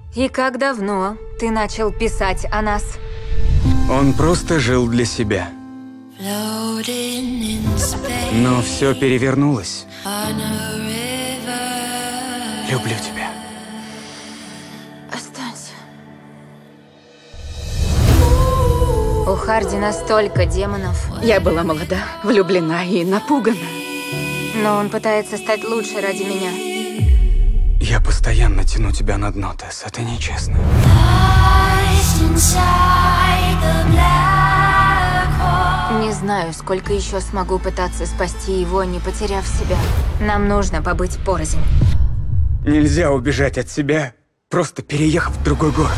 И как давно ты начал писать о нас? Он просто жил для себя. Но все перевернулось. Люблю тебя. Останься. У Хардина столько демонов. Я была молода, влюблена и напугана. Но он пытается стать лучше ради меня. Я постоянно тяну тебя на дно, Тесс, это нечестно. Не знаю, сколько еще смогу пытаться спасти его, не потеряв себя. Нам нужно побыть порознь. Нельзя убежать от себя, просто переехав в другой город.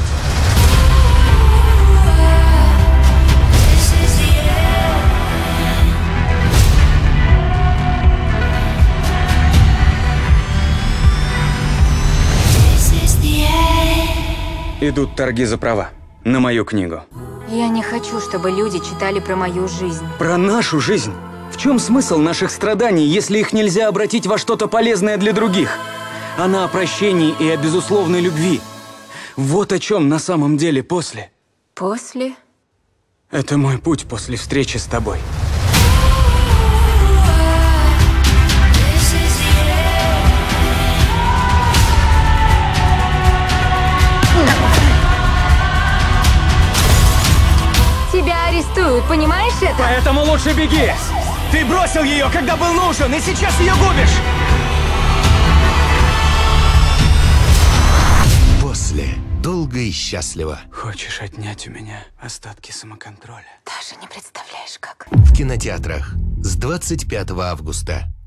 Идут торги за права на мою книгу. Я не хочу, чтобы люди читали про мою жизнь. Про нашу жизнь? В чем смысл наших страданий, если их нельзя обратить во что-то полезное для других? Она о прощении и о безусловной любви. Вот о чем на самом деле после. После? Это мой путь после встречи с тобой. Тебя арестуют, понимаешь это? Поэтому лучше беги! Ты бросил ее, когда был нужен, и сейчас ее губишь! После. Долго и счастливо. Хочешь отнять у меня остатки самоконтроля? Даже не представляешь, как. В кинотеатрах с 25 августа.